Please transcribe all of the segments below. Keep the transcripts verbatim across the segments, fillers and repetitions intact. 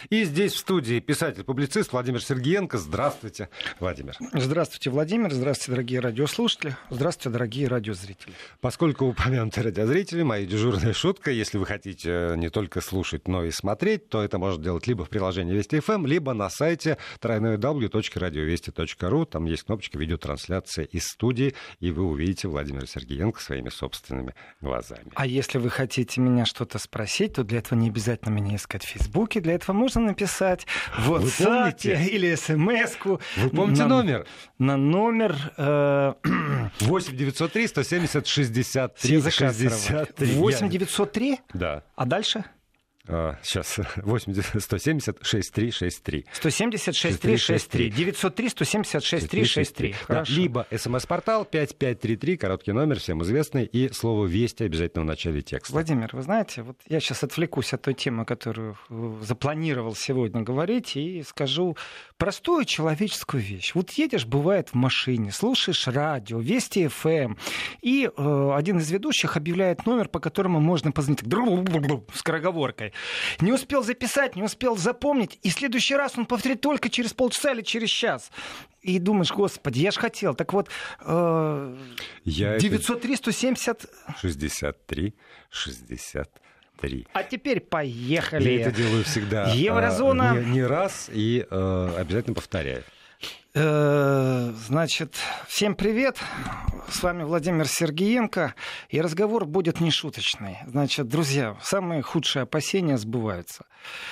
И здесь в студии писатель-публицист Владимир Сергиенко. Здравствуйте, Владимир. Здравствуйте, Владимир. Здравствуйте, дорогие радиослушатели. Здравствуйте, дорогие радиозрители. Поскольку упомянуты радиозрители, моя дежурная шутка: если вы хотите не только слушать, но и смотреть, то это можно делать либо в приложении Вести эф эм, либо на сайте дабл ю дабл ю дабл ю точка радиовести точка ру. Там есть кнопочка «Видеотрансляция из студии», и вы увидите Владимира Сергиенко своими собственными глазами. А если вы хотите меня что-то спросить, то для этого не обязательно меня искать в Фейсбуке. Для этого можно написать в WhatsApp или смс-ку. Вы помните на, номер? На номер... Э... восемь девятьсот три сто семьдесят шестьдесят три шестьдесят три. восемь девятьсот три? Да. А дальше? А, сейчас, восемь сто семьдесят шестьдесят три шестьдесят три. сто семьдесят шестьдесят три шестьдесят три. девятьсот три сто семьдесят шестьдесят три шестьдесят три. Да, либо смс-портал пять пять три три, короткий номер, всем известный, и слово «Вести» обязательно в начале текста. Владимир, вы знаете, вот я сейчас отвлекусь от той темы, которую запланировал сегодня говорить, и скажу простую человеческую вещь. Вот едешь, бывает, в машине, слушаешь радио, Вести эф эм, и э, один из ведущих объявляет номер, по которому можно позвонить скороговоркой. Не успел записать, не успел запомнить, и в следующий раз он повторит только через полчаса или через час. И думаешь, господи, я ж хотел. Так вот, э, девятьсот три сто семьдесят... шестьдесят три шестьдесят три. А теперь поехали. Я это делаю всегда. Еврозона... Не, не раз и э, обязательно повторяю. Значит, всем привет. С вами Владимир Сергиенко. И разговор будет нешуточный. Значит, друзья, самые худшие опасения сбываются.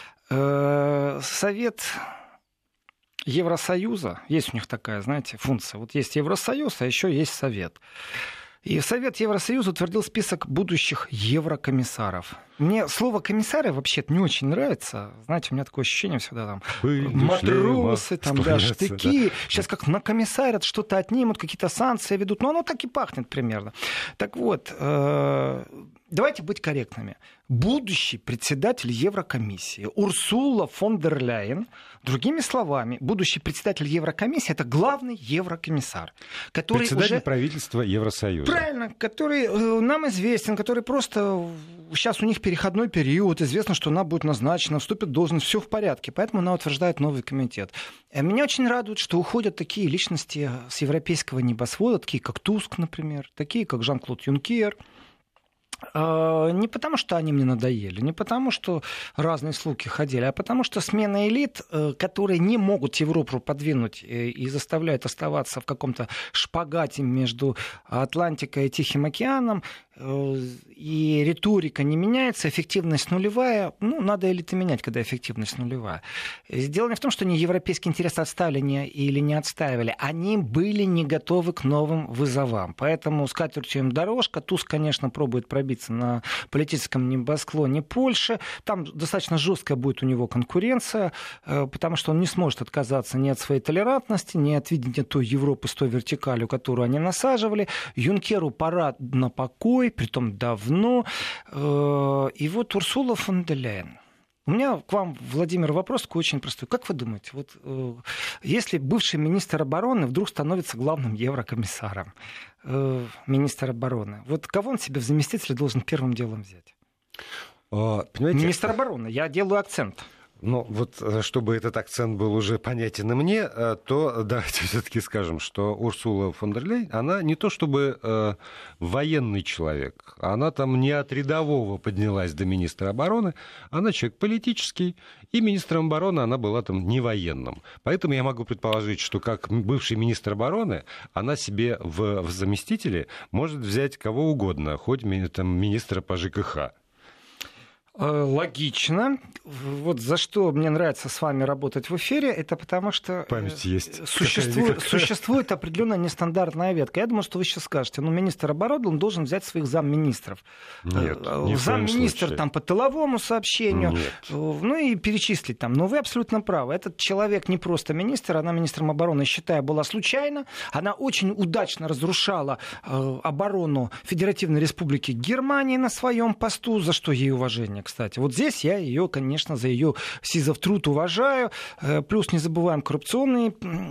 Совет Евросоюза, есть у них такая, знаете, функция. Вот есть Евросоюз, а еще есть Совет. И Совет Евросоюза утвердил список будущих еврокомиссаров. Мне слово «комиссары» вообще-то не очень нравится. Знаете, у меня такое ощущение всегда там матросы, там, да, штыки. Да. Сейчас как накомиссарят, что-то отнимут, какие-то санкции ведут. Но оно так и пахнет примерно. Так вот, э- давайте быть корректными. Будущий председатель Еврокомиссии Урсула фон дер Ляйен, другими словами, будущий председатель Еврокомиссии — это главный еврокомиссар. Который председатель уже... правительства Евросоюза. Правильно, который э, нам известен, который просто... Сейчас у них переходной период, известно, что она будет назначена, вступит в должность, все в порядке, поэтому она утверждает новый комитет. Меня очень радует, что уходят такие личности с европейского небосвода, такие как Туск, например, такие как Жан-Клод Юнкер. Не потому, что они мне надоели, не потому, что разные слухи ходили, а потому, что смена элит, которые не могут Европу подвинуть и заставляют оставаться в каком-то шпагате между Атлантикой и Тихим океаном, и риторика не меняется, эффективность нулевая. Ну, надо элиты менять, когда эффективность нулевая. Дело не в том, что они европейские интересы отставили не, или не отстаивали. Они были не готовы к новым вызовам. Поэтому с катертью им дорожка. Туск, конечно, пробует пробиться на политическом небосклоне Польши. Там достаточно жесткая будет у него конкуренция, потому что он не сможет отказаться ни от своей толерантности, ни от видения той Европы с той вертикалью, которую они насаживали. Юнкеру пора на покой, притом давно. И вот Урсула фон дер Ляйен. У меня к вам, Владимир, вопрос такой очень простой. Как вы думаете, вот, э, если бывший министр обороны вдруг становится главным еврокомиссаром, э, министр обороны, вот кого он себе в заместителя должен первым делом взять? О, понимаете, министр обороны, я делаю акцент. Ну, вот, чтобы этот акцент был уже понятен и мне, то давайте все-таки скажем, что Урсула фон дер Ляйен, она не то чтобы э, военный человек, она там не от рядового поднялась до министра обороны, она человек политический, и министром обороны она была там не военным. Поэтому я могу предположить, что как бывший министр обороны, она себе в, в заместители может взять кого угодно, хоть там, министра по ЖКХ. Логично. Вот за что мне нравится с вами работать в эфире, это потому что память есть. Существует, существует определенная нестандартная ветка. Я думаю, что вы сейчас скажете, ну, министр обороны, он должен взять своих замминистров. Нет, ни в замминистр там по тыловому сообщению, Нет. ну и перечислить там. Но вы абсолютно правы. Этот человек не просто министр, она министром обороны, считаю, была случайно. Она очень удачно разрушала э, оборону Федеративной Республики Германии на своем посту, за что ей уважение, кстати. Вот здесь я ее, конечно, за ее сизов труд уважаю. Плюс не забываем коррупционные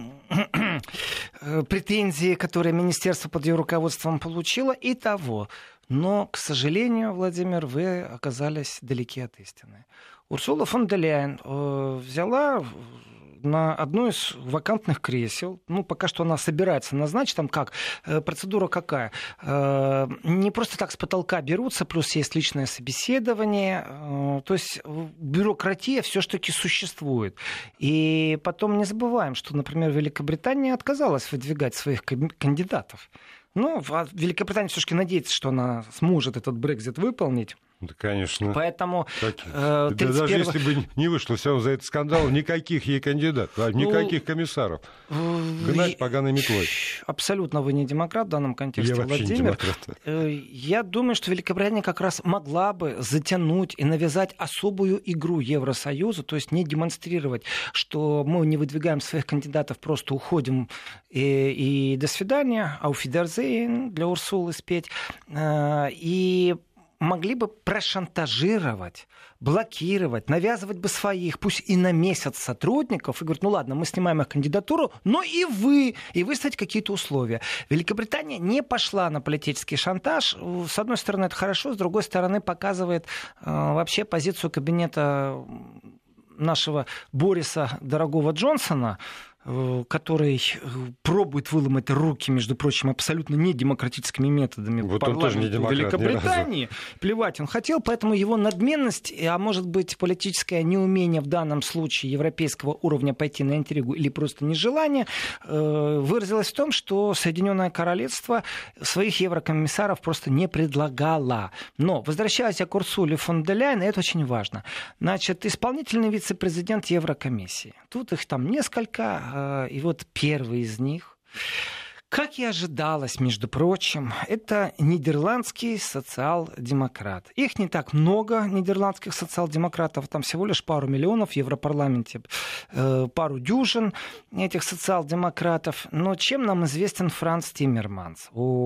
претензии, которые министерство под ее руководством получило. И того. Но, к сожалению, Владимир, вы оказались далеки от истины. Урсула фон дер Ляйен э, взяла на одно из вакантных кресел, ну, пока что она собирается назначить, там как, э, процедура какая? Э, не просто так с потолка берутся, плюс есть личное собеседование, э, то есть бюрократия все-таки существует. И потом не забываем, что, например, Великобритания отказалась выдвигать своих кандидатов. Ну, Великобритания все-таки надеется, что она сможет этот Брексит выполнить. Да, конечно. Поэтому э, тридцать первого... Даже если бы не вышло все за этот скандал, никаких ей кандидатов, никаких ну, комиссаров. Гнать поганой метлой. Абсолютно вы не демократ в данном контексте, Я Владимир. Я думаю, что Великобритания как раз могла бы затянуть и навязать особую игру Евросоюзу, то есть не демонстрировать, что мы не выдвигаем своих кандидатов, просто уходим и, и до свидания, auf Wiedersehen для Урсулы спеть. И могли бы прошантажировать, блокировать, навязывать бы своих, пусть и на месяц сотрудников, и говорить, ну ладно, мы снимаем их кандидатуру, но и вы, и выставить какие-то условия. Великобритания не пошла на политический шантаж. С одной стороны, это хорошо, с другой стороны, показывает э, вообще позицию кабинета нашего Бориса дорогого Джонсона, который пробует выломать руки, между прочим, абсолютно недемократическими методами вот парламенту Великобритании. Плевать он хотел, поэтому его надменность, а может быть политическое неумение в данном случае европейского уровня пойти на интригу или просто нежелание, выразилось в том, что Соединенное Королевство своих еврокомиссаров просто не предлагало. Но, возвращаясь к Урсуле фон дер Ляйен, это очень важно. Значит, исполнительный вице-президент Еврокомиссии. Тут их там несколько. И вот первый из них, как и ожидалось, между прочим, это нидерландский социал-демократ. Их не так много, нидерландских социал-демократов, там всего лишь пару миллионов в Европарламенте, пару дюжин этих социал-демократов. Но чем нам известен Франц Тиммерманс?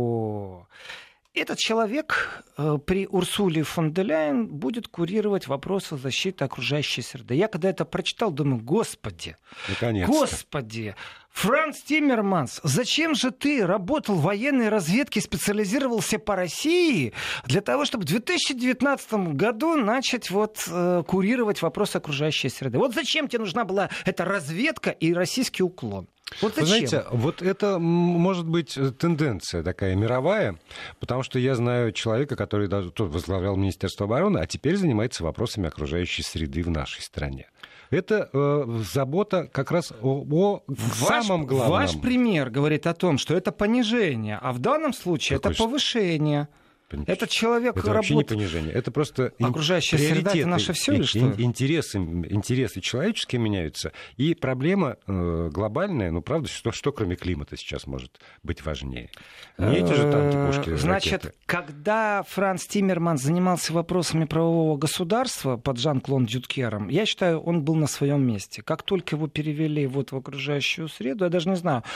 О, этот человек э, при Урсуле фон дер Ляйен будет курировать вопросы защиты окружающей среды. Я когда это прочитал, думаю, господи, наконец-то. Господи, Франц Тиммерманс, зачем же ты работал в военной разведке, специализировался по России для того, чтобы в две тысячи девятнадцатом году начать вот, э, курировать вопросы окружающей среды? Вот зачем тебе нужна была эта разведка и российский уклон? Вот Вы знаете, вот это может быть тенденция такая мировая, потому что я знаю человека, который даже тут возглавлял Министерство обороны, а теперь занимается вопросами окружающей среды в нашей стране. Это э, забота как раз о, о ваш, самом главном. Ваш пример говорит о том, что это понижение, а в данном случае Какой это повышение. Этот человек это вообще работает... не понижение, это просто окружающая среда, это наше все или что? Интересы, интересы человеческие меняются, и проблема э, глобальная, ну правда, что, что кроме климата сейчас может быть важнее? Не эти же танки, пушки, Значит, ракеты. Когда Франц Тиммерманс занимался вопросами правового государства под Жан-Клод Юнкером, я считаю, он был на своем месте. Как только его перевели вот в окружающую среду, я даже не знаю,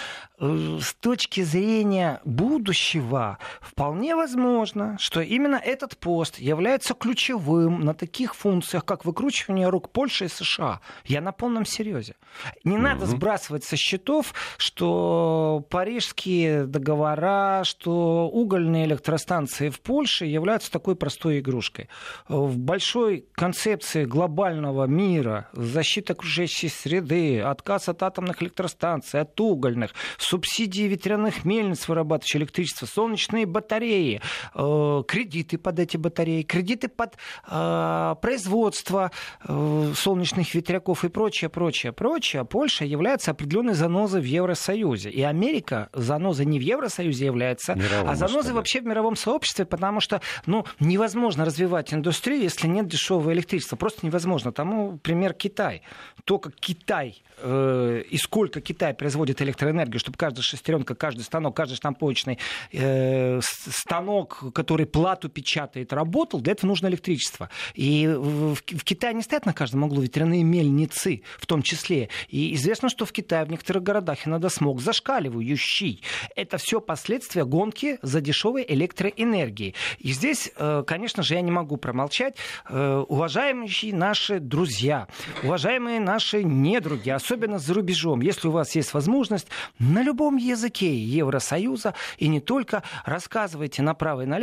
с точки зрения будущего вполне возможно, что именно этот пост является ключевым на таких функциях, как выкручивание рук Польши и США. Я на полном серьезе. Не mm-hmm. надо сбрасывать со счетов, что парижские договора, что угольные электростанции в Польше являются такой простой игрушкой. В большой концепции глобального мира, защиты окружающей среды, отказ от атомных электростанций, от угольных, субсидии ветряных мельниц, вырабатывающих электричество, солнечные батареи, кредиты под эти батареи, кредиты под э, производство э, солнечных ветряков и прочее, прочее, прочее. Польша является определенной занозой в Евросоюзе. И Америка занозой не в Евросоюзе является, мировом а занозой масштабе. Вообще в мировом сообществе, потому что ну, невозможно развивать индустрию, если нет дешевого электричества. Просто невозможно. Тому пример Китай. То, как Китай э, и сколько Китай производит электроэнергию, чтобы каждая шестеренка, каждый станок, каждый штамповочный э, станок, который плату печатает, работал, для этого нужно электричество. И в, в Китае не стоят на каждом углу ветряные мельницы, в том числе. И известно, что в Китае в некоторых городах иногда смог зашкаливающий. Это все последствия гонки за дешевой электроэнергией. И здесь, конечно же, я не могу промолчать. Уважаемые наши друзья, уважаемые наши недруги, особенно за рубежом, если у вас есть возможность, на любом языке Евросоюза и не только, рассказывайте направо и налево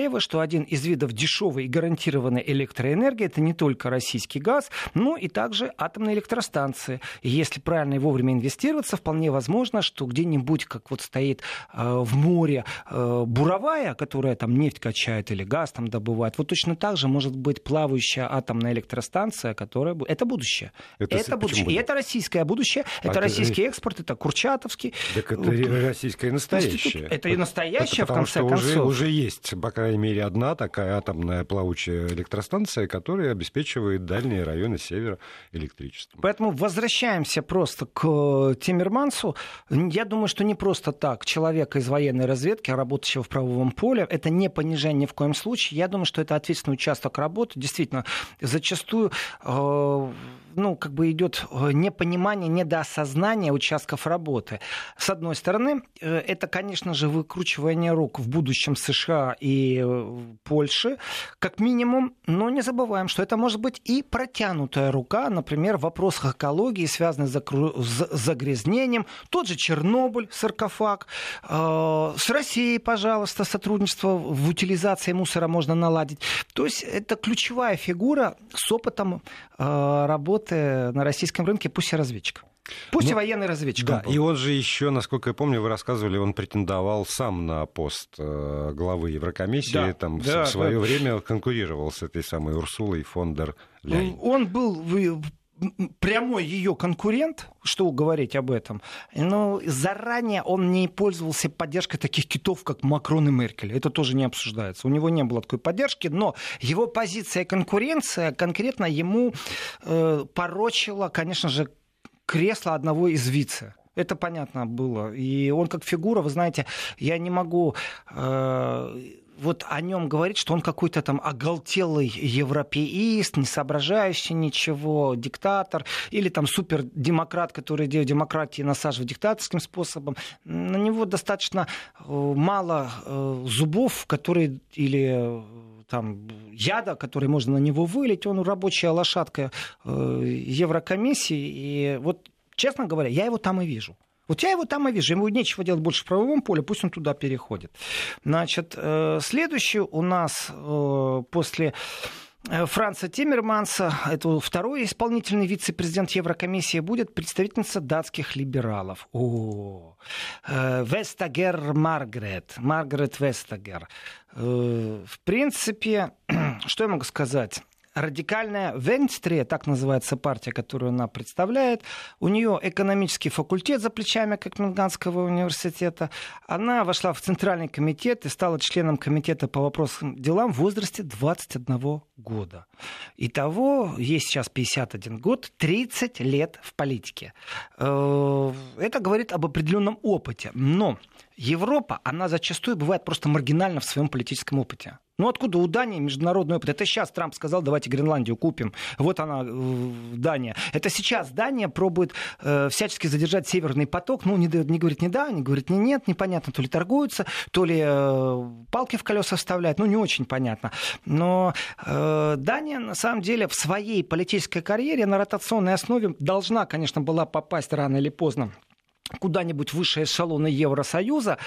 настаиваю, что один из видов дешевой и гарантированной электроэнергии — это не только российский газ, но и также атомные электростанции. И если правильно и вовремя инвестироваться, вполне возможно, что где-нибудь, как вот стоит э, в море э, буровая, которая там нефть качает или газ там добывает, вот точно так же может быть плавающая атомная электростанция, которая... Это будущее. Это, это будущее. И это российское будущее, а это российский это... экспорт, это Курчатовский. Так это российское настоящее. Это и настоящее, это в конце что концов. Уже, уже есть, по крайней мере, одна такая атомная плавучая электростанция, которая обеспечивает дальние районы севера электричеством. Поэтому возвращаемся просто к Тиммермансу. Я думаю, что не просто так человека из военной разведки, работающего в правовом поле, это не понижение ни в коем случае. Я думаю, что это ответственный участок работы. Действительно, зачастую э, ну, как бы идет непонимание, недоосознание участков работы. С одной стороны, э, это, конечно же, выкручивание рук в будущем США и Польши, как минимум, но не забываем, что это может быть и протянутая рука, например, в вопросах экологии, связанных с загрязнением, тот же Чернобыль, саркофаг, э, с Россией, пожалуйста, сотрудничество в утилизации мусора можно наладить. То есть это ключевая фигура с опытом э, работы на российском рынке, пусть и разведчик. Пусть ну, и военный разведчик. Да, и он же еще, насколько я помню, вы рассказывали, он претендовал сам на пост э, главы Еврокомиссии, да, там да, в свое да. время конкурировал с этой самой Урсулой фон дер Ляйен. Он был прямой ее конкурент, что говорить об этом, но заранее он не пользовался поддержкой таких китов, как Макрон и Меркель. Это тоже не обсуждается. У него не было такой поддержки, но его позиция и конкуренция конкретно ему э, порочила, конечно же, кресло одного из вице. Это понятно было. И он как фигура, вы знаете, я не могу... Э, вот о нем говорить, что он какой-то там оголтелый европеист, не соображающий ничего, диктатор, или там супердемократ, который идею демократии насаживает диктаторским способом. На него достаточно мало зубов, которые или там яда, который можно на него вылить. Он рабочая лошадка Еврокомиссии. И вот, честно говоря, я его там и вижу. Вот я его там и вижу, ему нечего делать больше в правовом поле, пусть он туда переходит. Значит, следующий у нас после Франца Тиммерманса, это второй исполнительный вице-президент Еврокомиссии, будет представительница датских либералов. О, Вестагер Маргарет, Маргарет Вестагер. В принципе, что я могу сказать? Радикальная Венстре, так называется партия, которую она представляет. У нее экономический факультет за плечами Копенгагенского университета. Она вошла в Центральный комитет и стала членом комитета по вопросам делам в возрасте двадцати одного года. Итого, ей сейчас пятьдесят один год, тридцать лет в политике. Это говорит об определенном опыте. Но Европа, она зачастую бывает просто маргинальна в своем политическом опыте. Ну откуда у Дании международный опыт? Это сейчас Трамп сказал, давайте Гренландию купим. Вот она, Дания. Это сейчас Дания пробует э, всячески задержать Северный поток. Ну, не, не говорит ни да, не говорит ни нет. Непонятно, то ли торгуются, то ли э, палки в колеса вставляют. Ну, не очень понятно. Но э, Дания, на самом деле, в своей политической карьере на ротационной основе должна, конечно, была попасть рано или поздно куда-нибудь в высшие эшелоны Евросоюза.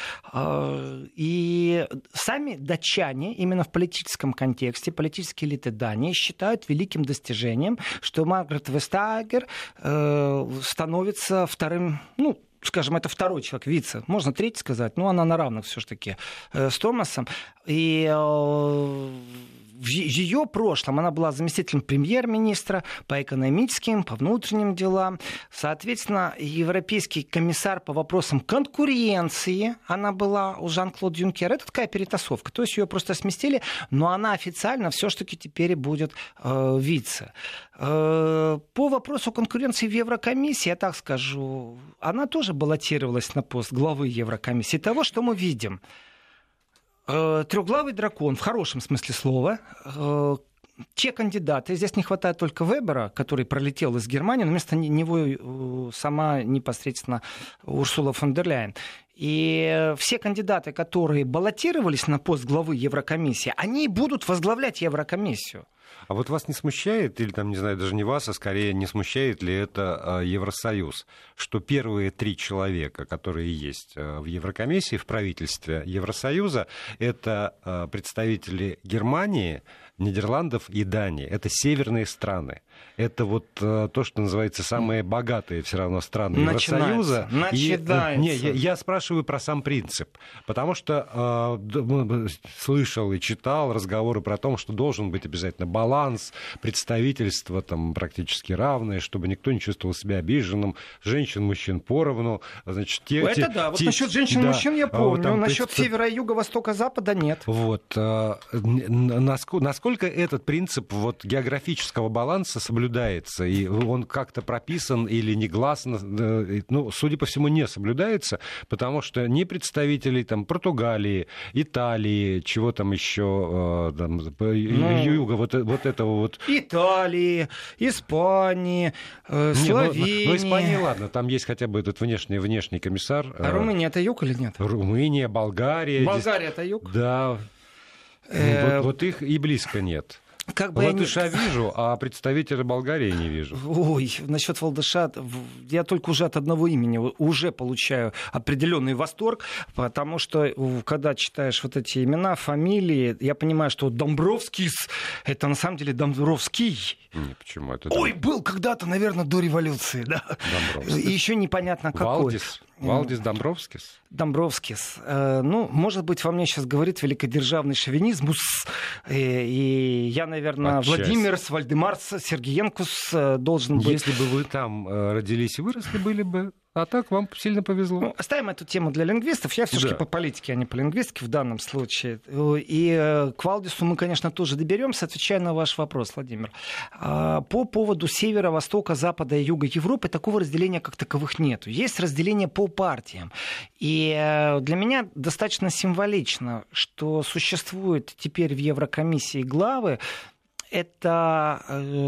И сами датчане, именно в политическом контексте, политические элиты Дании считают великим достижением, что Маргарет Вестагер становится вторым, ну, скажем, это второй человек, вице, можно третий сказать, но она на равных все-таки с Томасом. И в ее прошлом она была заместителем премьер-министра по экономическим, по внутренним делам. Соответственно, европейский комиссар по вопросам конкуренции она была у Жан-Клод Юнкера. Это такая перетасовка. То есть ее просто сместили, но она официально все-таки теперь будет э, вице. Э, по вопросу конкуренции в Еврокомиссии, я так скажу, она тоже баллотировалась на пост главы Еврокомиссии. Того, что мы видим. Трехглавый дракон, в хорошем смысле слова. Те кандидаты, здесь не хватает только Вебера, который пролетел из Германии, но вместо него сама непосредственно Урсула фон дер Ляйен. И все кандидаты, которые баллотировались на пост главы Еврокомиссии, они будут возглавлять Еврокомиссию. А вот вас не смущает, или там, не знаю, даже не вас, а скорее не смущает ли это Евросоюз, что первые три человека, которые есть в Еврокомиссии, в правительстве Евросоюза, это представители Германии, Нидерландов и Дании. Это северные страны. Это вот э, то, что называется самые богатые все равно страны Евросоюза. Начинается. И, э, не, я, я спрашиваю про сам принцип. Потому что э, слышал и читал разговоры про то, что должен быть обязательно баланс, представительство там практически равное, чтобы никто не чувствовал себя обиженным. Женщин, мужчин поровну. Значит, те, это те, да. Вот те, насчет женщин и да, мужчин я помню. там, насчет есть, севера, юга, востока, запада нет. Вот. Э, насколько, насколько этот принцип вот, географического баланса соблюдается, и он как-то прописан или негласно, ну, судя по всему, не соблюдается, потому что ни представителей там, Португалии, Италии, чего там еще, там, ну, юга, вот, вот этого вот... Италии, Испании, э, Словении... Ну, ну, Испания, ладно, там есть хотя бы этот внешний, внешний комиссар. А Румыния это юг или нет? Румыния, Болгария. Болгария это юг? Да. Вот, вот их и близко нет. Как бы Латыша я не... вижу, а представителя Болгарии не вижу. Ой, насчет Валдыша, я только уже от одного имени уже получаю определенный восторг, потому что, когда читаешь вот эти имена, фамилии, я понимаю, что Домбровскис — это на самом деле Домбровский. Не, почему это? Ой, был когда-то, наверное, до революции, да. Домбровскис. И еще непонятно какой. Валдис. Валдис Домбровскис? Домбровскис. Ну, может быть, во мне сейчас говорит великодержавный шовинизм. И я, наверное, Отчасти. Владимирс, Вальдемарс, Сергиенкус должен быть... Если бы вы там родились и выросли, были бы... А так вам сильно повезло. Ну, оставим эту тему для лингвистов. Я все-таки да. по политике, а не по лингвистике в данном случае. И к Валдису мы, конечно, тоже доберемся, отвечая на ваш вопрос, Владимир. По поводу севера, востока, запада и юга Европы такого разделения как таковых нет. Есть разделение по партиям. И для меня достаточно символично, что существуют теперь в Еврокомиссии главы. Это...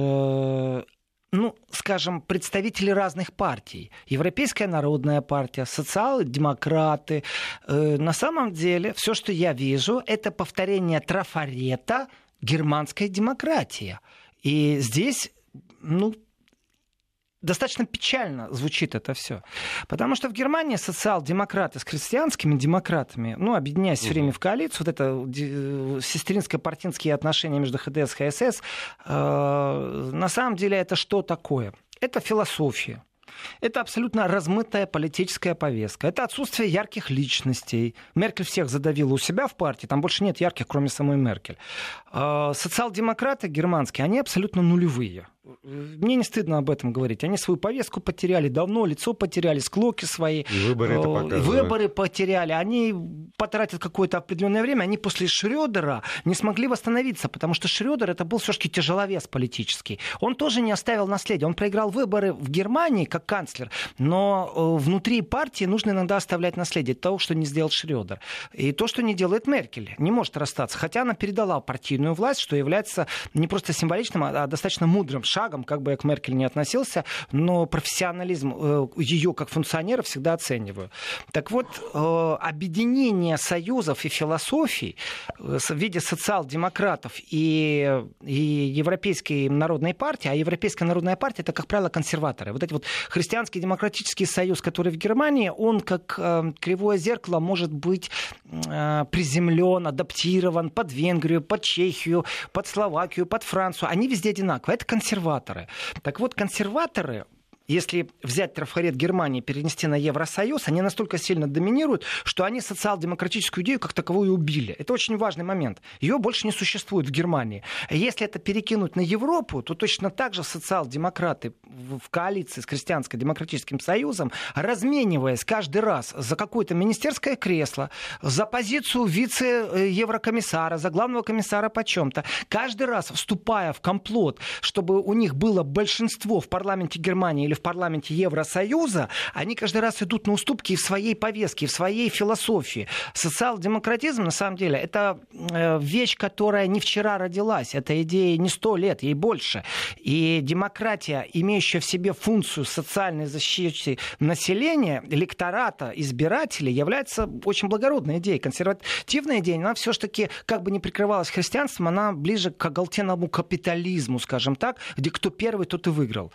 Э- ну, скажем, представители разных партий. Европейская народная партия, социал-демократы. Э, на самом деле, все, что я вижу, это повторение трафарета германской демократии. И здесь, ну, достаточно печально звучит это все. Потому что в Германии социал-демократы с христианскими демократами, ну, объединяясь все время в коалицию, вот это сестринско-партинские отношения между ХДС и ХСС, э, на самом деле это что такое? Это философия. Это абсолютно размытая политическая повестка. Это отсутствие ярких личностей. Меркель всех задавила у себя в партии. Там больше нет ярких, кроме самой Меркель. Социал-демократы германские, они абсолютно нулевые. Мне не стыдно об этом говорить. Они свою повестку потеряли давно, лицо потеряли, склоки свои. И выборы это показывают. Выборы потеряли. Они потратят какое-то определенное время. Они после Шрёдера не смогли восстановиться, потому что Шрёдер это был все-таки тяжеловес политический. Он тоже не оставил наследия. Он проиграл выборы в Германии как канцлер, но внутри партии нужно иногда оставлять наследие того, что не сделал Шрёдер. И то, что не делает Меркель. Не может расстаться. Хотя она передала партийную власть, что является не просто символичным, а достаточно мудрым шагом, как бы я к Меркель не относился, но профессионализм э, ее как функционера всегда оцениваю. Так вот, э, объединение союзов и философий э, в виде социал-демократов и, и Европейской народной партии, а Европейская народная партия это, как правило, консерваторы. Вот эти вот христианский демократический союз, который в Германии, он как э, кривое зеркало может быть э, приземлен, адаптирован под Венгрию, под Чехию, под Словакию, под Францию. Они везде одинаковые. Это консерваторы. Так вот, консерваторы, если взять трафарет Германии и перенести на Евросоюз, они настолько сильно доминируют, что они социал-демократическую идею как таковую убили. Это очень важный момент. Ее больше не существует в Германии. Если это перекинуть на Европу, то точно так же социал-демократы в коалиции с Христианско-демократическим союзом, размениваясь каждый раз за какое-то министерское кресло, за позицию вице-еврокомиссара, за главного комиссара по чем-то, каждый раз вступая в комплот, чтобы у них было большинство в парламенте Германии или в в парламенте Евросоюза, они каждый раз идут на уступки и в своей повестке, и в своей философии. Социал-демократизм, на самом деле, это вещь, которая не вчера родилась. Эта идея не сто лет, ей больше. И демократия, имеющая в себе функцию социальной защиты населения, электората, избирателей, является очень благородной идеей. Консервативная идея, она все-таки, как бы не прикрывалась христианством, она ближе к оголтелому капитализму, скажем так, где кто первый, тот и выиграл.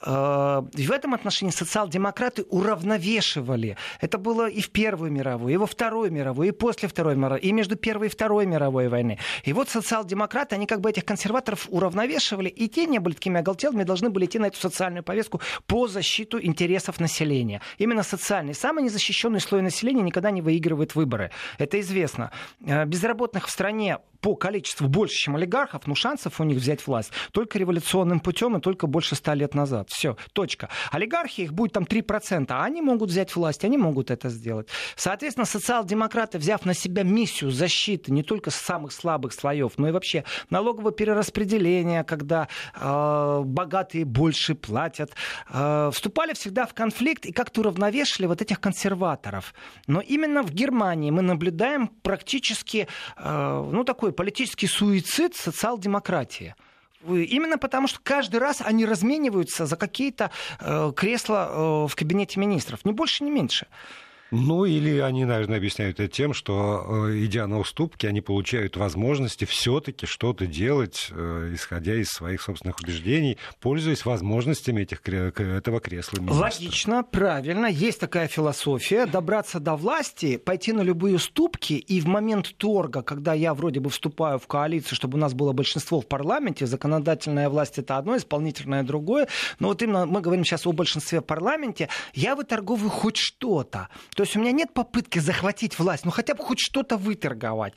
И в этом отношении социал-демократы уравновешивали. Это было и в Первую мировую, и во Вторую мировую, и после Второй мировой, и между Первой и Второй мировой войны. И вот социал-демократы, они как бы этих консерваторов уравновешивали, и те не были такими оголтелыми, должны были идти на эту социальную повестку по защиту интересов населения. Именно социальный. Самый незащищенный слой населения никогда не выигрывает выборы. Это известно. Безработных в стране по количеству больше, чем олигархов, но шансов у них взять власть только революционным путем и только больше ста лет назад. Все, точка. Олигархи, их будет там три процента, а они могут взять власть, они могут это сделать. Соответственно, социал-демократы, взяв на себя миссию защиты не только самых слабых слоев, но и вообще налогового перераспределения, когда э, богатые больше платят, э, вступали всегда в конфликт и как-то уравновешивали вот этих консерваторов. Но именно в Германии мы наблюдаем практически э, ну, такой политический суицид социал-демократии. Именно потому, что каждый раз они размениваются за какие-то э, кресла э, в кабинете министров. Ни больше, ни меньше. Ну, или они, наверное, объясняют это тем, что, идя на уступки, они получают возможности все-таки что-то делать, исходя из своих собственных убеждений, пользуясь возможностями этих, этого кресла министра. Логично, правильно. Есть такая философия. Добраться до власти, пойти на любые уступки, и в момент торга, когда я вроде бы вступаю в коалицию, чтобы у нас было большинство в парламенте, законодательная власть — это одно, исполнительная — другое, но вот именно мы говорим сейчас о большинстве в парламенте, я выторговываю хоть что-то. То есть у меня нет попытки захватить власть, ну хотя бы хоть что-то выторговать.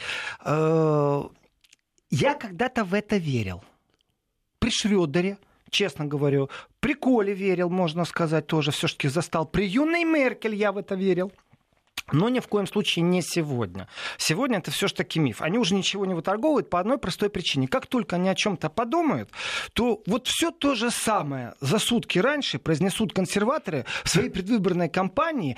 Я когда-то в это верил. При Шрёдере, честно говорю, при Коле верил, можно сказать, тоже все-таки застал. При юной Меркель я в это верил. Но ни в коем случае не сегодня. Сегодня это все же таки миф. Они уже ничего не выторговывают по одной простой причине. Как только они о чем-то подумают, то вот все то же самое за сутки раньше произнесут консерваторы в своей предвыборной кампании,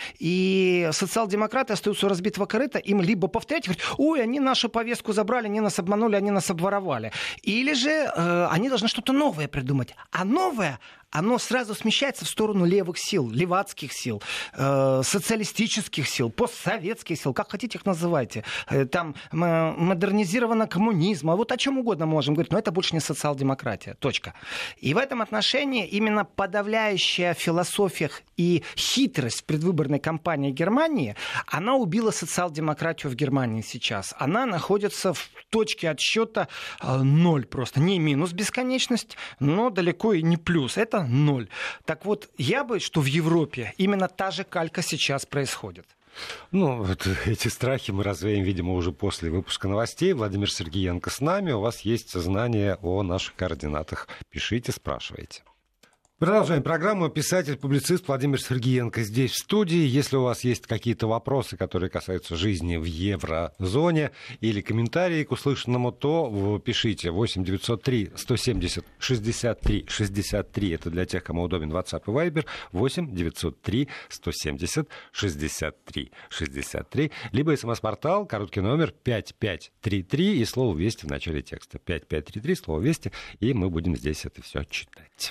и социал-демократы остаются у разбитого корыта, им либо повторять, говорить: ой, они нашу повестку забрали, они нас обманули, они нас обворовали. Или же э, они должны что-то новое придумать. А новое, оно сразу смещается в сторону левых сил, левацких сил, э, социалистических сил, постсоветских сил, как хотите их называйте. Э, там э, модернизировано коммунизм, а вот о чем угодно можем говорить, но это больше не социал-демократия. Точка. И в этом отношении именно подавляющая философия и хитрость в предвыборной кампании Германии, она убила социал-демократию в Германии сейчас. Она находится в точке отсчета э, ноль просто. Не минус бесконечность, но далеко и не плюс. Это ноль. Так вот, я боюсь, что в Европе именно та же калька сейчас происходит. Ну, вот эти страхи мы развеем, видимо, уже после выпуска новостей. Владимир Сергеенко с нами. У вас есть знания о наших координатах. Пишите, спрашивайте. Продолжаем программу. Писатель-публицист Владимир Сергеенко здесь, в студии. Если у вас есть какие-то вопросы, которые касаются жизни в еврозоне, или комментарии к услышанному, то пишите восемь девятьсот три сто семьдесят шестьдесят три шестьдесят три. Это для тех, кому удобен WhatsApp и Viber. восемь девятьсот три сто семьдесят шестьдесят три шестьдесят три. Либо смс-портал, короткий номер пять пять три три и слово «Вести» в начале текста. пять пять три три, слово «Вести», и мы будем здесь это все читать.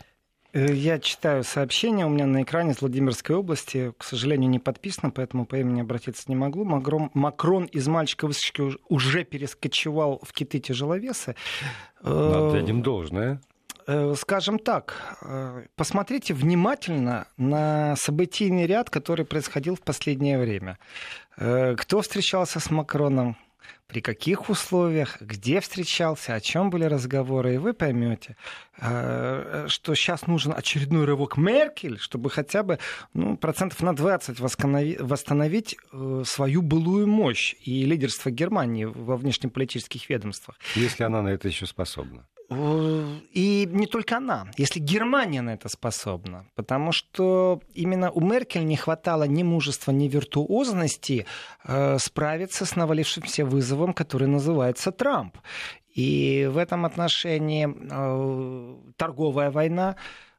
Я читаю сообщение у меня на экране из Владимирской области. К сожалению, не подписано, поэтому по имени обратиться не могу. Макрон, Макрон из мальчика-высочки уже перескочевал в киты-тяжеловесы. Отдадим должное. Скажем так, посмотрите внимательно на событийный ряд, который происходил в последнее время. Кто встречался с Макроном? При каких условиях, где встречался, о чем были разговоры, и вы поймете, что сейчас нужен очередной рывок Меркель, чтобы хотя бы ну, процентов на двадцать восстановить свою былую мощь и лидерство Германии во внешнеполитических ведомствах. Если она на это еще способна. И не только она, если Германия на это способна. Потому что именно у Меркель не хватало ни мужества, ни виртуозности э, справиться с навалившимся вызовом, который называется Трамп. И в этом отношении э, торговая война,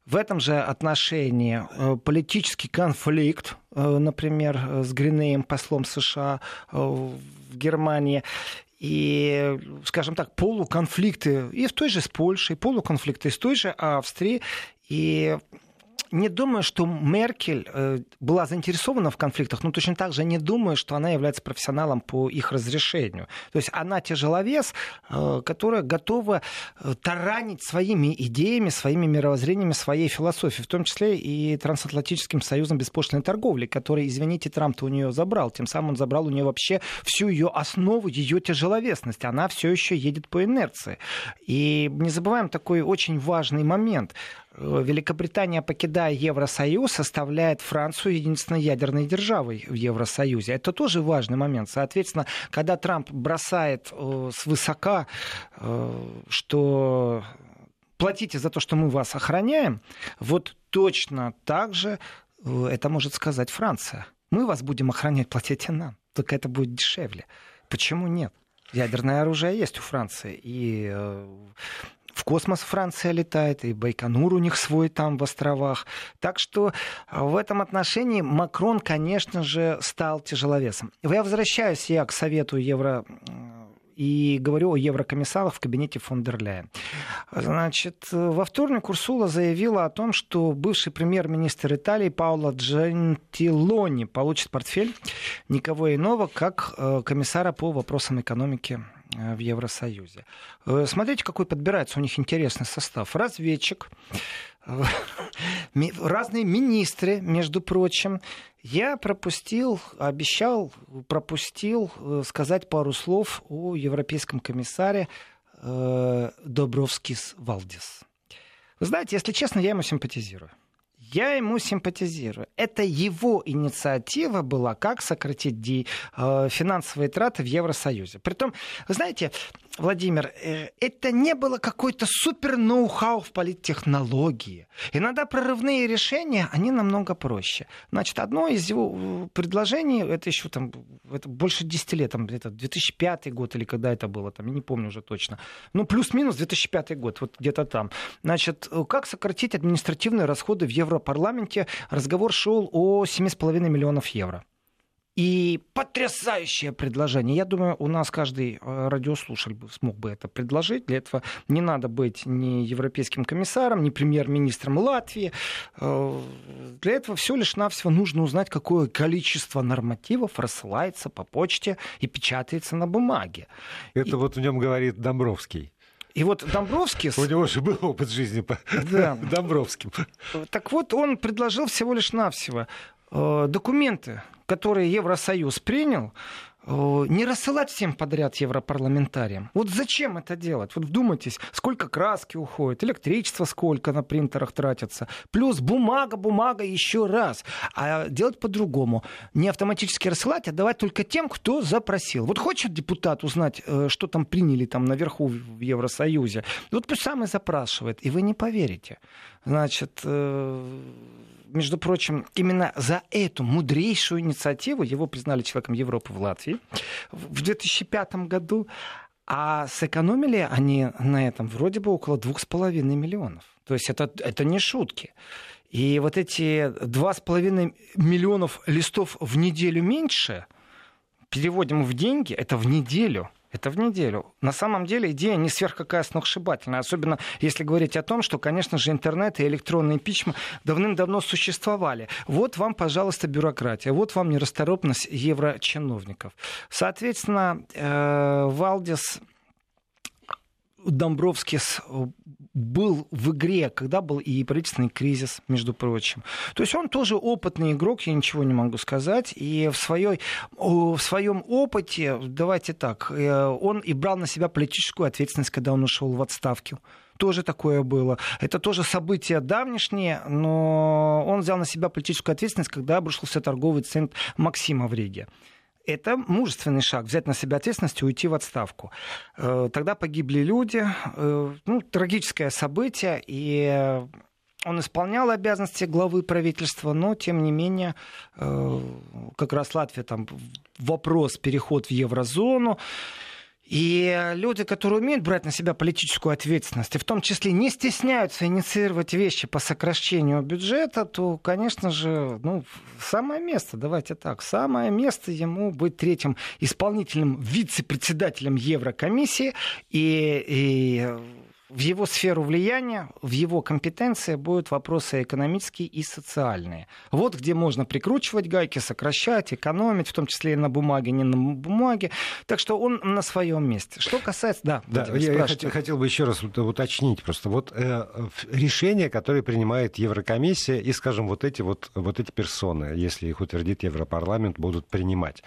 В этом же отношении политический конфликт, например, с Гринеем, послом США в Германии, и, скажем так, полуконфликты и в той же с Польшей, полуконфликты и с той же Австрией. И не думаю, что Меркель была заинтересована в конфликтах, но точно так же не думаю, что она является профессионалом по их разрешению. То есть она тяжеловес, которая готова таранить своими идеями, своими мировоззрениями, своей философией, в том числе и Трансатлантическим союзом беспошлиной торговли, который, извините, Трамп-то у нее забрал. Тем самым он забрал у нее вообще всю ее основу, ее тяжеловесность. Она все еще едет по инерции. И не забываем такой очень важный момент. Великобритания, покидая Евросоюз, оставляет Францию единственной ядерной державой в Евросоюзе. Это тоже важный момент. Соответственно, когда Трамп бросает э, свысока, э, что платите за то, что мы вас охраняем, вот точно так же э, это может сказать Франция. Мы вас будем охранять, платите нам. Только это будет дешевле. Почему нет? Ядерное оружие есть у Франции. И... Э, В космос Франция летает, и Байконур у них свой там в островах. Так что в этом отношении Макрон, конечно же, стал тяжеловесом. Я возвращаюсь я к совету Евро... и говорю о еврокомиссарах в кабинете фон дер Ляйен. Значит, во вторник Урсула заявила о том, что бывший премьер-министр Италии Паоло Джентилони получит портфель никого иного, как комиссара по вопросам экономики в Евросоюзе. Смотрите, какой подбирается у них интересный состав. Разведчик, разные министры, между прочим. Я пропустил, обещал, пропустил сказать пару слов о европейском комиссаре Добровскис Валдис. Вы знаете, если честно, я ему симпатизирую. Я ему симпатизирую. Это его инициатива была, как сократить ди, э, финансовые траты в Евросоюзе. Притом, вы знаете, Владимир, э, это не было какой-то супер ноу-хау в политтехнологии. Иногда прорывные решения, они намного проще. Значит, одно из его предложений, это еще там, это больше десяти лет, там, это две тысячи пятый год или когда это было, там, я не помню уже точно. Ну, плюс-минус две тысячи пятый год, вот где-то там. Значит, как сократить административные расходы в Европарламенте? Разговор шел о семи с половиной миллионов евро. И потрясающее предложение. Я думаю, у нас каждый радиослушатель смог бы это предложить. Для этого не надо быть ни европейским комиссаром, ни премьер-министром Латвии. Для этого всего лишь навсего нужно узнать, какое количество нормативов рассылается по почте и печатается на бумаге. Это и... вот в нем говорит Домбровский. И вот Домбровскис... У него же был опыт жизни по да. Домбровским. Так вот, он предложил всего лишь навсего документы, которые Евросоюз принял, не рассылать всем подряд европарламентариям. Вот зачем это делать? Вот вдумайтесь, сколько краски уходит, электричество сколько на принтерах тратится, плюс бумага, бумага еще раз. А делать по-другому. Не автоматически рассылать, а давать только тем, кто запросил. Вот хочет депутат узнать, что там приняли там наверху в Евросоюзе, вот пусть сам и запрашивает. И вы не поверите. Значит... Между прочим, именно за эту мудрейшую инициативу его признали человеком Европы в Латвии в две тысячи пятом году, а сэкономили они на этом вроде бы около двух с половиной миллионов. То есть это, это не шутки. И вот эти два с половиной миллионов листов в неделю меньше, переводим в деньги, это в неделю. Это в неделю. На самом деле идея не сверх какая сногсшибательная. Особенно если говорить о том, что, конечно же, интернет и электронные письма давным-давно существовали. Вот вам, пожалуйста, бюрократия. Вот вам нерасторопность еврочиновников. Соответственно, Валдис Домбровскис был в игре, когда был и правительственный кризис, между прочим. То есть он тоже опытный игрок, я ничего не могу сказать. И в, своей, в своем опыте, давайте так, он и брал на себя политическую ответственность, когда он ушел в отставку. Тоже такое было. Это тоже событие давнешнее, но он взял на себя политическую ответственность, когда обрушился торговый центр Максима в Риге. Это мужественный шаг, взять на себя ответственность и уйти в отставку. Тогда погибли люди, ну, трагическое событие, и он исполнял обязанности главы правительства, но, тем не менее, как раз Латвия, там вопрос переход в еврозону, И люди, которые умеют брать на себя политическую ответственность, и в том числе не стесняются инициировать вещи по сокращению бюджета, то, конечно же, ну, самое место, давайте так, самое место ему быть третьим исполнительным вице-председателем Еврокомиссии, и, и в его сферу влияния, в его компетенции будут вопросы экономические и социальные. Вот где можно прикручивать гайки, сокращать, экономить, в том числе и на бумаге, не на бумаге. Так что он на своем месте. Что касается... Да, да я, я хотел, хотел бы еще раз уточнить просто. Вот э, решения, которые принимает Еврокомиссия и, скажем, вот эти, вот, вот эти персоны, если их утвердит Европарламент, будут принимать.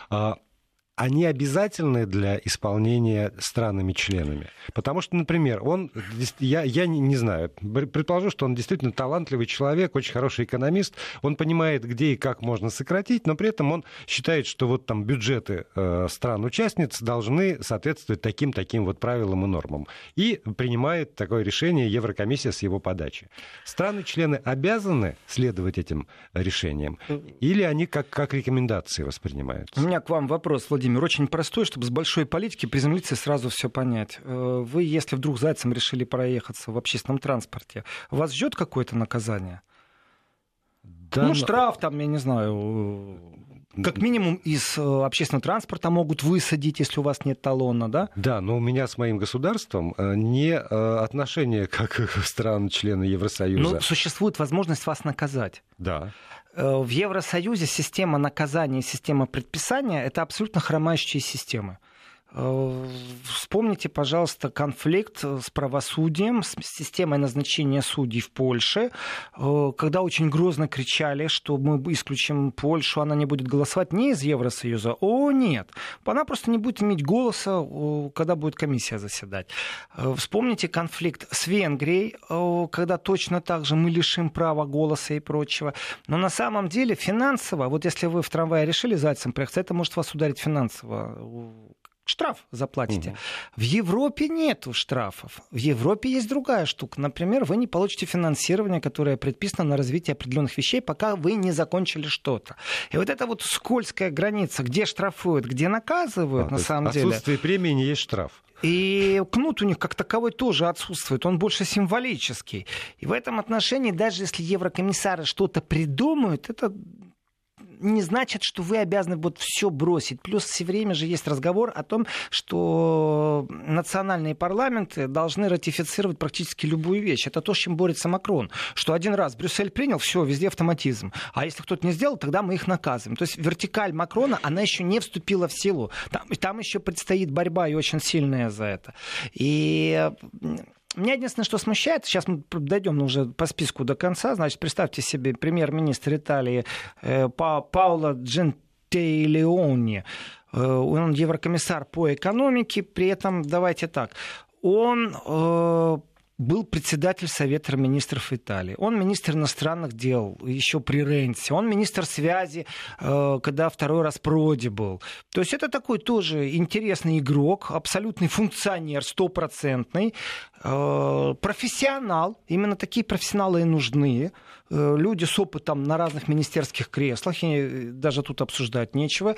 Они обязательны для исполнения странами-членами. Потому что, например, он, я, я не, не знаю, предположу, что он действительно талантливый человек, очень хороший экономист, он понимает, где и как можно сократить, но при этом он считает, что вот там бюджеты э, стран-участниц должны соответствовать таким-таким вот правилам и нормам. И принимает такое решение Еврокомиссия с его подачи. Страны-члены обязаны следовать этим решениям? Или они как, как рекомендации воспринимаются? У меня к вам вопрос, Владимир. Очень простой, чтобы с большой политики приземлиться и сразу все понять. Вы, если вдруг зайцем решили проехаться в общественном транспорте, вас ждет какое-то наказание? Да, ну, но... штраф там, я не знаю, как минимум из общественного транспорта могут высадить, если у вас нет талона, да? Да, но у меня с моим государством не отношения как стран-члены Евросоюза. Но существует возможность вас наказать. Да. В Евросоюзе система наказания и система предписания — это абсолютно хромающие системы. Вспомните, пожалуйста, конфликт с правосудием, с системой назначения судей в Польше, когда очень грозно кричали, что мы исключим Польшу, она не будет голосовать не из Евросоюза. О, нет, она просто не будет иметь голоса, когда будет комиссия заседать. Вспомните конфликт с Венгрией, когда точно так же мы лишим права голоса и прочего. Но на самом деле финансово, вот если вы в трамвае решили зайцем проехать, это может вас ударить финансово. Штраф заплатите. Угу. В Европе нету штрафов. В Европе есть другая штука. Например, вы не получите финансирование, которое предписано на развитие определенных вещей, пока вы не закончили что-то. И вот эта вот скользкая граница, где штрафуют, где наказывают, а, на самом отсутствие деле... Отсутствие премии не есть штраф. И кнут у них как таковой тоже отсутствует, он больше символический. И в этом отношении, даже если еврокомиссары что-то придумают, это... не значит, что вы обязаны вот все бросить. Плюс все время же есть разговор о том, что национальные парламенты должны ратифицировать практически любую вещь. Это то, с чем борется Макрон. Что один раз Брюссель принял, все, везде автоматизм. А если кто-то не сделал, тогда мы их наказываем. То есть вертикаль Макрона, она еще не вступила в силу. Там, там еще предстоит борьба и очень сильная за это. И... Меня единственное, что смущает, сейчас мы дойдем уже по списку до конца, значит, представьте себе премьер-министр Италии э, Па- Паоло Джентилиони, э, он еврокомиссар по экономике, при этом, давайте так, он... Э, был председатель Совета министров Италии. Он министр иностранных дел еще при Ренци. Он министр связи, когда второй раз Проди был. То есть это такой тоже интересный игрок, абсолютный функционер, стопроцентный, профессионал. Именно такие профессионалы и нужны. Люди с опытом на разных министерских креслах, и даже тут обсуждать нечего.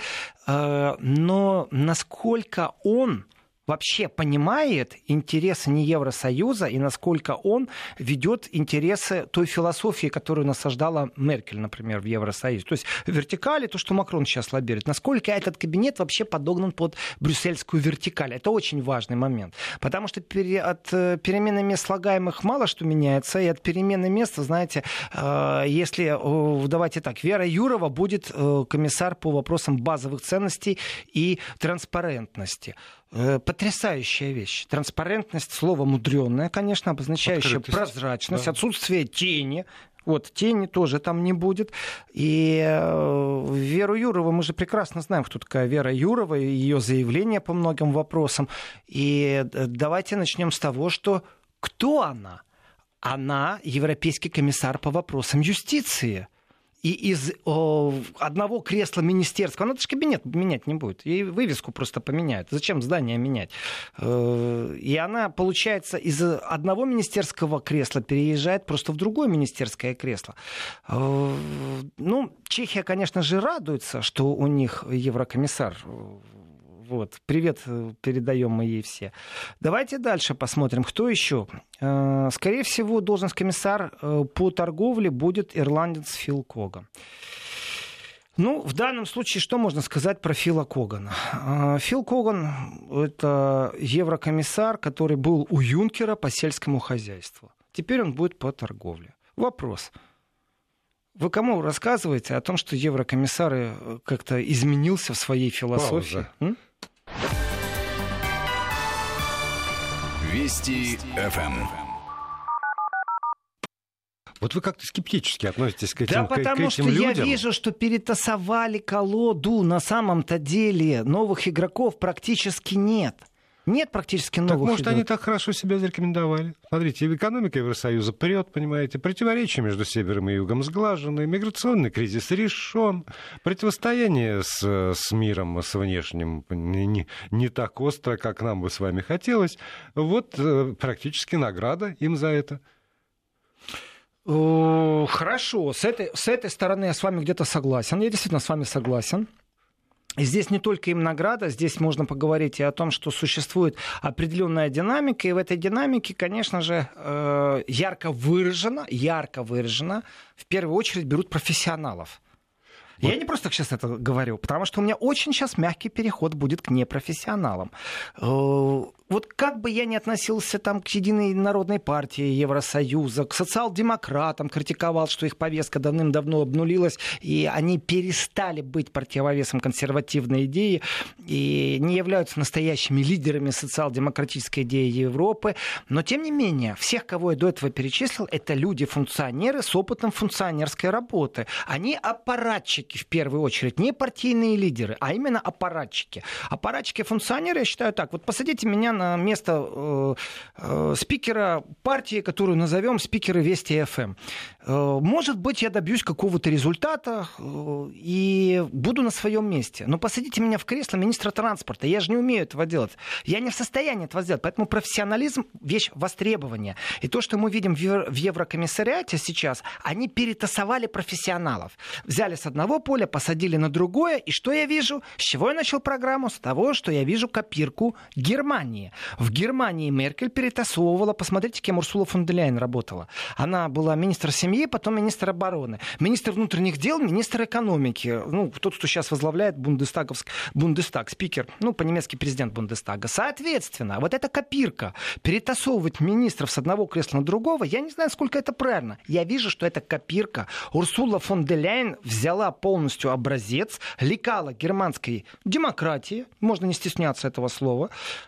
Но насколько он вообще понимает интересы не Евросоюза и насколько он ведет интересы той философии, которую насаждала Меркель, например, в Евросоюзе. То есть вертикали, то, что Макрон сейчас лоббирует. Насколько этот кабинет вообще подогнан под брюссельскую вертикаль. Это очень важный момент. Потому что от перемены мест слагаемых мало что меняется. И от перемены места, знаете, если, давайте так, Вера Юрова будет комиссар по вопросам базовых ценностей и транспарентности. Потрясающая вещь. Транспарентность — слово мудрёное, конечно, обозначающее прозрачность, да. Отсутствие тени. Вот, тени тоже там не будет. И Веру Юрову мы же прекрасно знаем, кто такая Вера Юрова, и ее заявления по многим вопросам. И давайте начнем с того, что кто она? Она европейский комиссар по вопросам юстиции. И из о, одного кресла министерского, она даже кабинет менять не будет, ей вывеску просто поменяют. Зачем здание менять? И она, получается, из одного министерского кресла переезжает просто в другое министерское кресло. Ну, Чехия, конечно же, радуется, что у них еврокомиссар Вот. Привет передаем мы ей все. Давайте дальше посмотрим, кто еще. Скорее всего, должность комиссар по торговле будет ирландец Фил Коган. Ну, в данном случае, что можно сказать про Фила Когана? Фил Коган – это еврокомиссар, который был у Юнкера по сельскому хозяйству. Теперь он будет по торговле. Вопрос. Вы кому рассказываете о том, что еврокомиссар как-то изменился в своей философии? Вести эф эм. Вот вы как-то скептически относитесь к этим, да, к, потому к этим что людям. Я вижу, что перетасовали колоду. На самом-то деле новых игроков практически нет. Нет практически новых игроков. Так, может, они так хорошо себя зарекомендовали. Смотрите, экономика Евросоюза прет, понимаете, противоречия между севером и югом сглажены, миграционный кризис решен, противостояние с, с миром, с внешним не, не так остро, как нам бы с вами хотелось. Вот практически награда им за это. Хорошо, с этой, с этой стороны я с вами где-то согласен. Я действительно с вами согласен. И здесь не только им награда, здесь можно поговорить и о том, что существует определенная динамика, и в этой динамике, конечно же, ярко выражено, ярко выражено, в первую очередь берут профессионалов. Вот. Я не просто так сейчас это говорю, потому что у меня очень сейчас мягкий переход будет к непрофессионалам. Вот как бы я ни относился там, к Единой народной партии Евросоюза, к социал-демократам, критиковал, что их повестка давным-давно обнулилась, и они перестали быть противовесом консервативной идеи и не являются настоящими лидерами социал-демократической идеи Европы. Но, тем не менее, всех, кого я до этого перечислил, это люди-функционеры с опытом функционерской работы. Они аппаратчики, в первую очередь, не партийные лидеры, а именно аппаратчики. Аппаратчики-функционеры, я считаю так, вот посадите меня на место э, э, спикера партии, которую назовем спикеры Вести эф эм. Э, может быть, я добьюсь какого-то результата э, и буду на своем месте. Но посадите меня в кресло министра транспорта. Я же не умею этого делать. Я не в состоянии этого сделать. Поэтому профессионализм — вещь востребования. И то, что мы видим в, Евро- в Еврокомиссариате сейчас, они перетасовали профессионалов. Взяли с одного поля, посадили на другое. И что я вижу? С чего я начал программу? С того, что я вижу копирку Германии. В Германии Меркель перетасовывала. Посмотрите, кем Урсула фон дер Ляйен работала. Она была министр семьи, потом министр обороны. Министр внутренних дел, министр экономики. Ну, тот, кто сейчас возглавляет Бундестаговск, Бундестаг, спикер, ну, по-немецки президент Бундестага. Соответственно, вот эта копирка, перетасовывать министров с одного кресла на другого, я не знаю, сколько это правильно. Я вижу, что это копирка. Урсула фон дер Ляйен взяла полностью образец лекала германской демократии, можно не стесняться этого слова,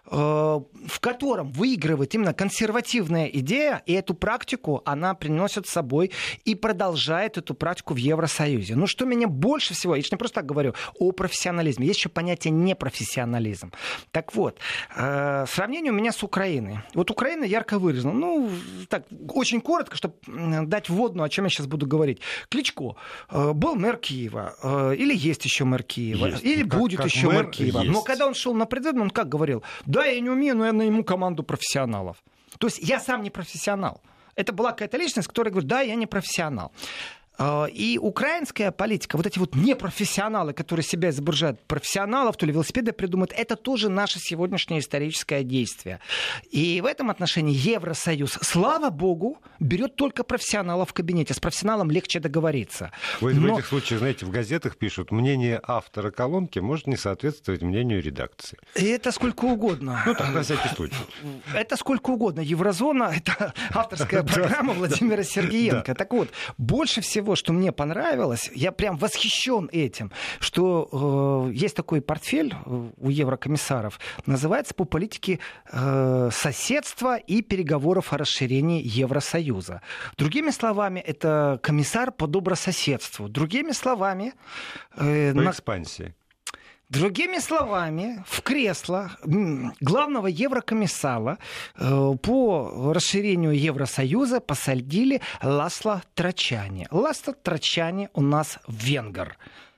в котором выигрывает именно консервативная идея, и эту практику она приносит с собой и продолжает эту практику в Евросоюзе. Ну, что меня больше всего, я же не просто так говорю о профессионализме, есть еще понятие непрофессионализм. Так вот, э, сравнение у меня с Украиной. Вот Украина ярко выражена. Ну, так, очень коротко, чтобы дать вводную, о чем я сейчас буду говорить. Кличко э, был мэр Киева, э, или есть еще мэр Киева, есть. или как, будет как еще мэр мэр Киева. есть. Но когда он шел на предвыборы, он как говорил: да, я не умею, но я найму команду профессионалов. То есть я сам не профессионал. Это была какая-то личность, которая говорит: да, я не профессионал. И украинская политика, вот эти вот непрофессионалы, которые себя изображают профессионалов, то ли велосипеды придумают, это тоже наше сегодняшнее историческое действие. И в этом отношении Евросоюз, слава богу, берет только профессионалов в кабинете. С профессионалом легче договориться. В, Но... в этих случаях, знаете, в газетах пишут: мнение автора колонки может не соответствовать мнению редакции. И это сколько угодно. Ну, так, на всякий случай. Это сколько угодно. Еврозона — это авторская программа Владимира Сергеенко. Так вот, больше всего, что мне понравилось, я прям восхищен этим, что э, есть такой портфель у еврокомиссаров, называется по политике э, соседства и переговоров о расширении Евросоюза. Другими словами, это комиссар по добрососедству. Другими словами... Э, по на... экспансии. Другими словами, в кресло главного еврокомиссара э, по расширению Евросоюза посадили Ласло Трачани. Ласло Трачани у нас венгер.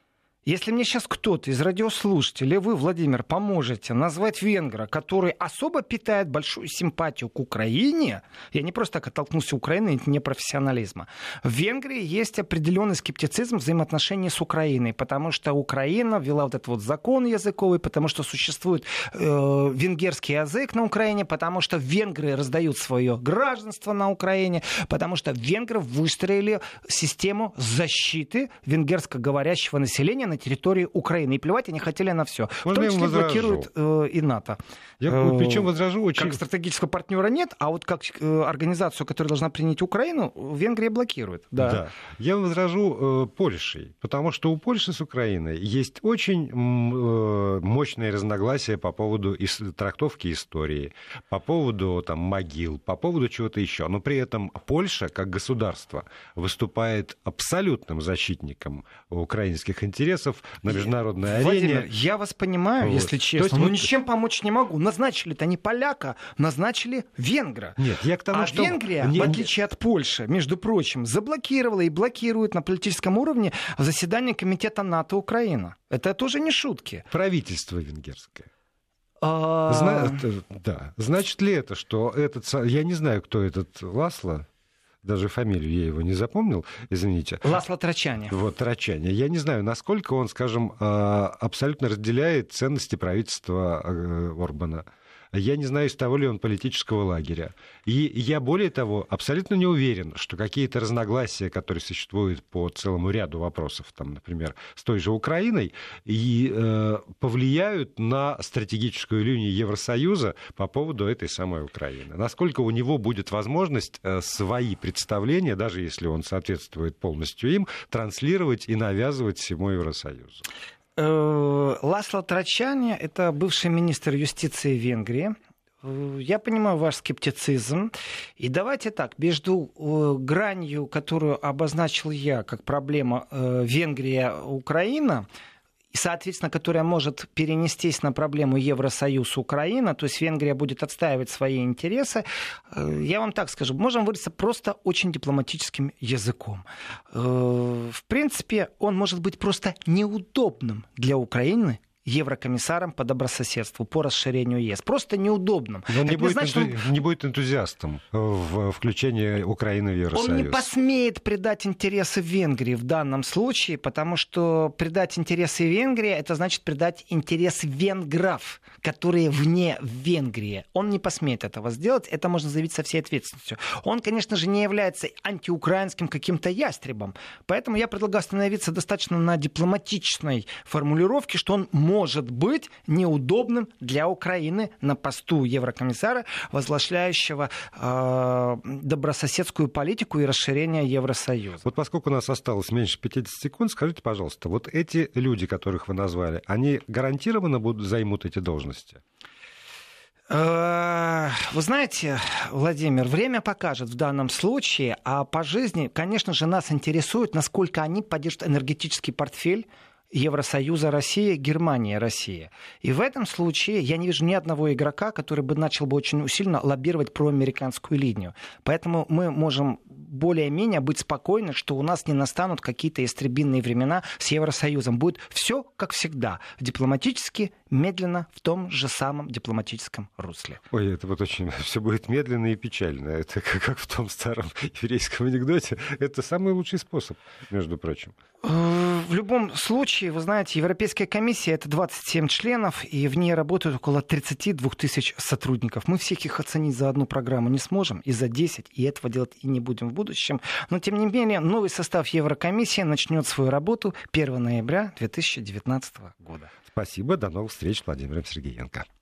Если мне сейчас кто-то из радиослушателей, вы, Владимир, поможете назвать венгра, который особо питает большую симпатию к Украине, я не просто так оттолкнулся Украиной, это не профессионализма. В Венгрии есть определенный скептицизм взаимоотношений с Украиной, потому что Украина ввела вот этот вот закон языковый, потому что существует э, венгерский язык на Украине, потому что венгры раздают свое гражданство на Украине, потому что венгры выстроили систему защиты венгерскоговорящего населения на территории Украины. И плевать они хотели на все. В том числе блокируют э, и НАТО. Я э, причем возражу очень... Как стратегического партнера нет, а вот как э, организацию, которая должна принять Украину, Венгрия блокирует. Да. Да. Я возражу э, Польшей, потому что у Польши с Украиной есть очень э, мощные разногласия по поводу ис- трактовки истории, по поводу там, могил, по поводу чего-то еще. Но при этом Польша, как государство, выступает абсолютным защитником украинских интересов на международной Владимир, арене. я вас понимаю, вот. Если честно, есть, но вот... ничем помочь не могу. Назначили-то не поляка, назначили венгра. Нет, я к тому, а что... Венгрия, не, в отличие от Польши, между прочим, заблокировала и блокирует на политическом уровне заседание Комитета НАТО Украина. Это тоже не шутки. Правительство венгерское. А... Зна... Да. Значит ли это, что этот... Я не знаю, кто этот Ласло. Даже фамилию я его не запомнил, извините. Ласло Трачани. Вот, Трачани. Я не знаю, насколько он, скажем, абсолютно разделяет ценности правительства Орбана. Я не знаю, из того ли он политического лагеря. И я, более того, абсолютно не уверен, что какие-то разногласия, которые существуют по целому ряду вопросов, там, например, с той же Украиной, и, э, повлияют на стратегическую линию Евросоюза по поводу этой самой Украины. Насколько у него будет возможность э, свои представления, даже если он соответствует полностью им, транслировать и навязывать всему Евросоюзу. Ласло Трачани — это бывший министр юстиции Венгрии. Я понимаю ваш скептицизм. И давайте так, между гранью, которую обозначил я как проблема Венгрия-Украина, и, соответственно, которая может перенестись на проблему Евросоюз-Украина, то есть Венгрия будет отстаивать свои интересы, я вам так скажу, можем выразиться просто очень дипломатическим языком. В принципе, он может быть просто неудобным для Украины, еврокомиссаром по добрососедству, по расширению ЕС. Просто неудобным. Но он не, будет значит, энту... он... не будет энтузиастом в включении Украины в Евросоюз. Он не посмеет предать интересы Венгрии в данном случае, потому что предать интересы Венгрии — это значит предать интересы венгров, которые вне Венгрии. Он не посмеет этого сделать, это можно заявить со всей ответственностью. Он, конечно же, не является антиукраинским каким-то ястребом, поэтому я предлагаю остановиться достаточно на дипломатичной формулировке, что он может может быть неудобным для Украины на посту еврокомиссара, возглавляющего э, добрососедскую политику и расширение Евросоюза. Вот поскольку у нас осталось меньше пятьдесят секунд, скажите, пожалуйста, вот эти люди, которых вы назвали, они гарантированно будут, займут эти должности? Вы знаете, Владимир, время покажет в данном случае, а по жизни, конечно же, нас интересует, насколько они поддержат энергетический портфель Евросоюза Россия, Германия Россия. И в этом случае я не вижу ни одного игрока, который бы начал бы очень усиленно лоббировать проамериканскую линию. Поэтому мы можем более-менее быть спокойны, что у нас не настанут какие-то истребинные времена с Евросоюзом. Будет все как всегда. Дипломатически, медленно, в том же самом дипломатическом русле. Ой, это вот очень... Все будет медленно и печально. Это как, как в том старом еврейском анекдоте. Это самый лучший способ, между прочим. В любом случае, вы знаете, Европейская комиссия — это двадцать семь членов, и в ней работают около тридцать два тысяч сотрудников. Мы всех их оценить за одну программу не сможем, и за десять, и этого делать и не будем в будущем. Но, тем не менее, новый состав Еврокомиссии начнет свою работу первого ноября две тысячи девятнадцатого года. Спасибо, до новых встреч, Владимир Сергеенко.